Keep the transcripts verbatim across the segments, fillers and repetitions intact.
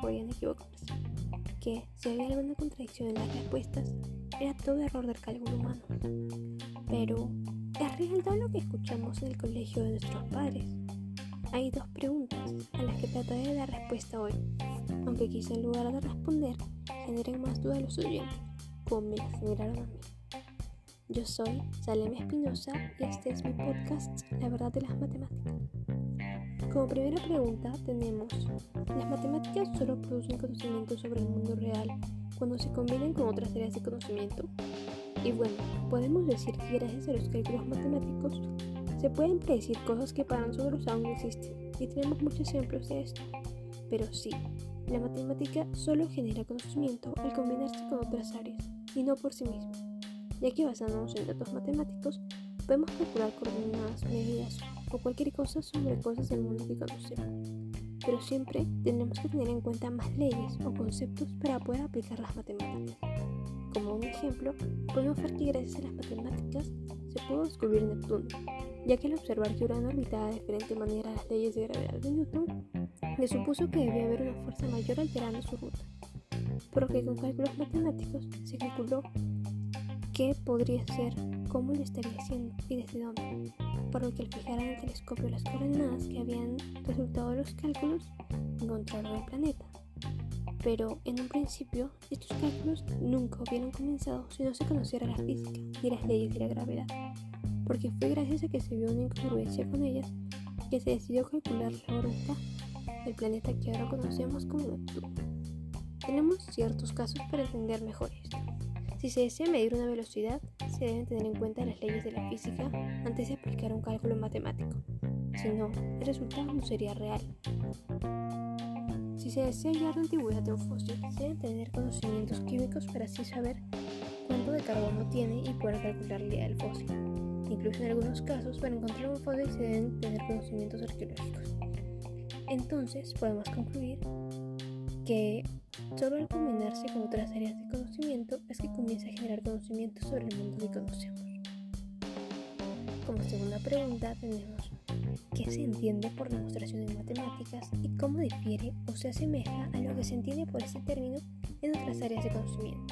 podían equivocarse, que si había alguna contradicción en las respuestas, era todo error del cálculo humano. Pero, ¿es real todo lo que escuchamos en el colegio de nuestros padres? Hay dos preguntas a las que trataré de dar respuesta hoy, aunque quizá en lugar de responder, generen más dudas a los oyentes, como me las generaron a mí. Yo soy Salem Espinosa y este es mi podcast La Verdad de las Matemáticas. Como primera pregunta tenemos, ¿las matemáticas solo producen conocimiento sobre el mundo real cuando se combinan con otras áreas de conocimiento? Y bueno, podemos decir que gracias a los cálculos matemáticos se pueden predecir cosas que para nosotros aún no existen, y tenemos muchos ejemplos de esto. Pero sí, la matemática solo genera conocimiento al combinarse con otras áreas, y no por sí misma, ya que basándonos en datos matemáticos, podemos calcular coordenadas, medidas o cualquier cosa sobre cosas del mundo que conocemos. Pero siempre tenemos que tener en cuenta más leyes o conceptos para poder aplicar las matemáticas. Como un ejemplo, podemos ver que gracias a las matemáticas se pudo descubrir Neptuno, ya que al observar que Urano orbitaba de diferente manera las leyes de gravedad de Newton, le supuso que debía haber una fuerza mayor alterando su ruta, por lo que con cálculos matemáticos se calculó qué podría ser, cómo lo estaría haciendo y desde dónde, por lo que al fijar en el telescopio las coordenadas que habían resultado de los cálculos, encontraron el planeta. Pero en un principio, estos cálculos nunca hubieran comenzado si no se conociera la física ni las leyes de la gravedad, porque fue gracias a que se vio una incongruencia con ellas que se decidió calcular la órbita del planeta que ahora conocemos como Neptuno. Tenemos ciertos casos para entender mejor esto. Si se desea medir una velocidad, se deben tener en cuenta las leyes de la física antes de aplicar un cálculo matemático. Si no, el resultado no sería real. Si se desea hallar la antigüedad de un fósil, se deben tener conocimientos químicos para así saber cuánto de carbono tiene y poder calcular la edad del fósil. Incluso en algunos casos, para encontrar un fósil se deben tener conocimientos arqueológicos. Entonces, podemos concluir que solo al combinarse con otras áreas de conocimiento es que comienza a generar conocimiento sobre el mundo que conocemos. Como segunda pregunta tenemos, ¿qué se entiende por demostración en matemáticas y cómo difiere o se asemeja a lo que se entiende por este término en otras áreas de conocimiento?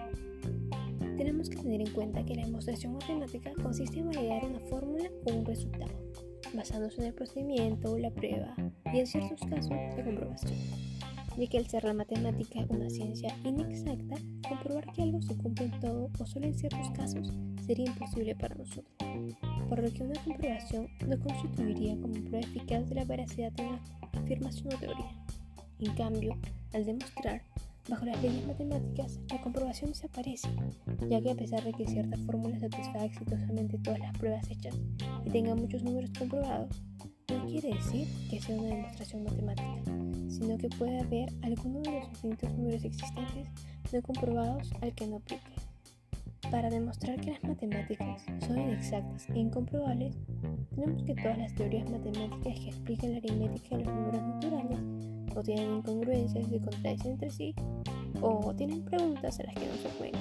Tenemos que tener en cuenta que la demostración matemática consiste en validar una fórmula o un resultado, basándose en el procedimiento, la prueba y en ciertos casos la comprobación, ya que al ser la matemática una ciencia inexacta, comprobar que algo se cumple en todo o solo en ciertos casos sería imposible para nosotros, por lo que una comprobación no constituiría como prueba eficaz de la veracidad de una afirmación o teoría. En cambio, al demostrar, bajo las leyes matemáticas, la comprobación desaparece, ya que a pesar de que cierta fórmula satisfaga exitosamente todas las pruebas hechas y tenga muchos números comprobados, no quiere decir que sea una demostración matemática, sino que puede haber alguno de los infinitos números existentes no comprobados al que no aplique. Para demostrar que las matemáticas son inexactas e incomprobables, tenemos que todas las teorías matemáticas que explican la aritmética de los números naturales o tienen incongruencias que contradicen entre sí o tienen preguntas a las que no se pueden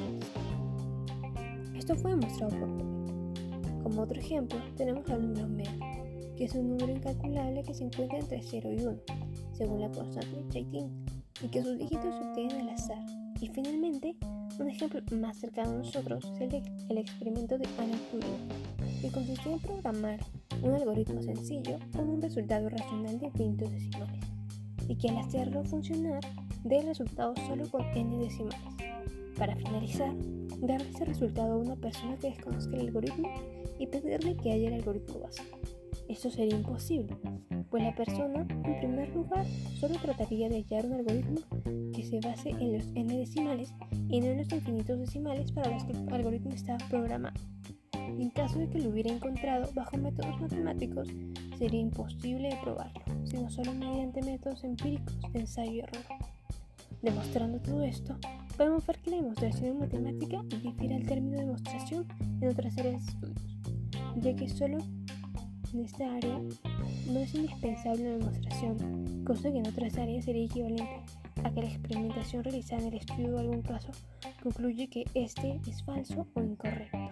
contestar. Esto fue demostrado por Popper. Como otro ejemplo, tenemos al número medio, que es un número incalculable que se encuentra entre cero y uno, según la constante de Chaitin, y que sus dígitos se obtienen al azar. Y finalmente, un ejemplo más cercano a nosotros es el, de, el experimento de Alan Turing, que consistía en programar un algoritmo sencillo con un resultado racional de infinitos decimales, y que al hacerlo funcionar, dé el resultado solo con n decimales. Para finalizar, darle ese resultado a una persona que desconozca el algoritmo y pedirle que haya el algoritmo base. Esto sería imposible, pues la persona, en primer lugar, solo trataría de hallar un algoritmo que se base en los n decimales y no en los infinitos decimales para los que el algoritmo estaba programado. En caso de que lo hubiera encontrado bajo métodos matemáticos, sería imposible de probarlo, sino solo mediante métodos empíricos de ensayo y error. Demostrando todo esto, podemos ver que la demostración en matemática difiere al término demostración en otras áreas de estudios, ya que solo en esta área no es indispensable una demostración, cosa que en otras áreas sería equivalente a que la experimentación realizada en el estudio de algún caso concluye que este es falso o incorrecto.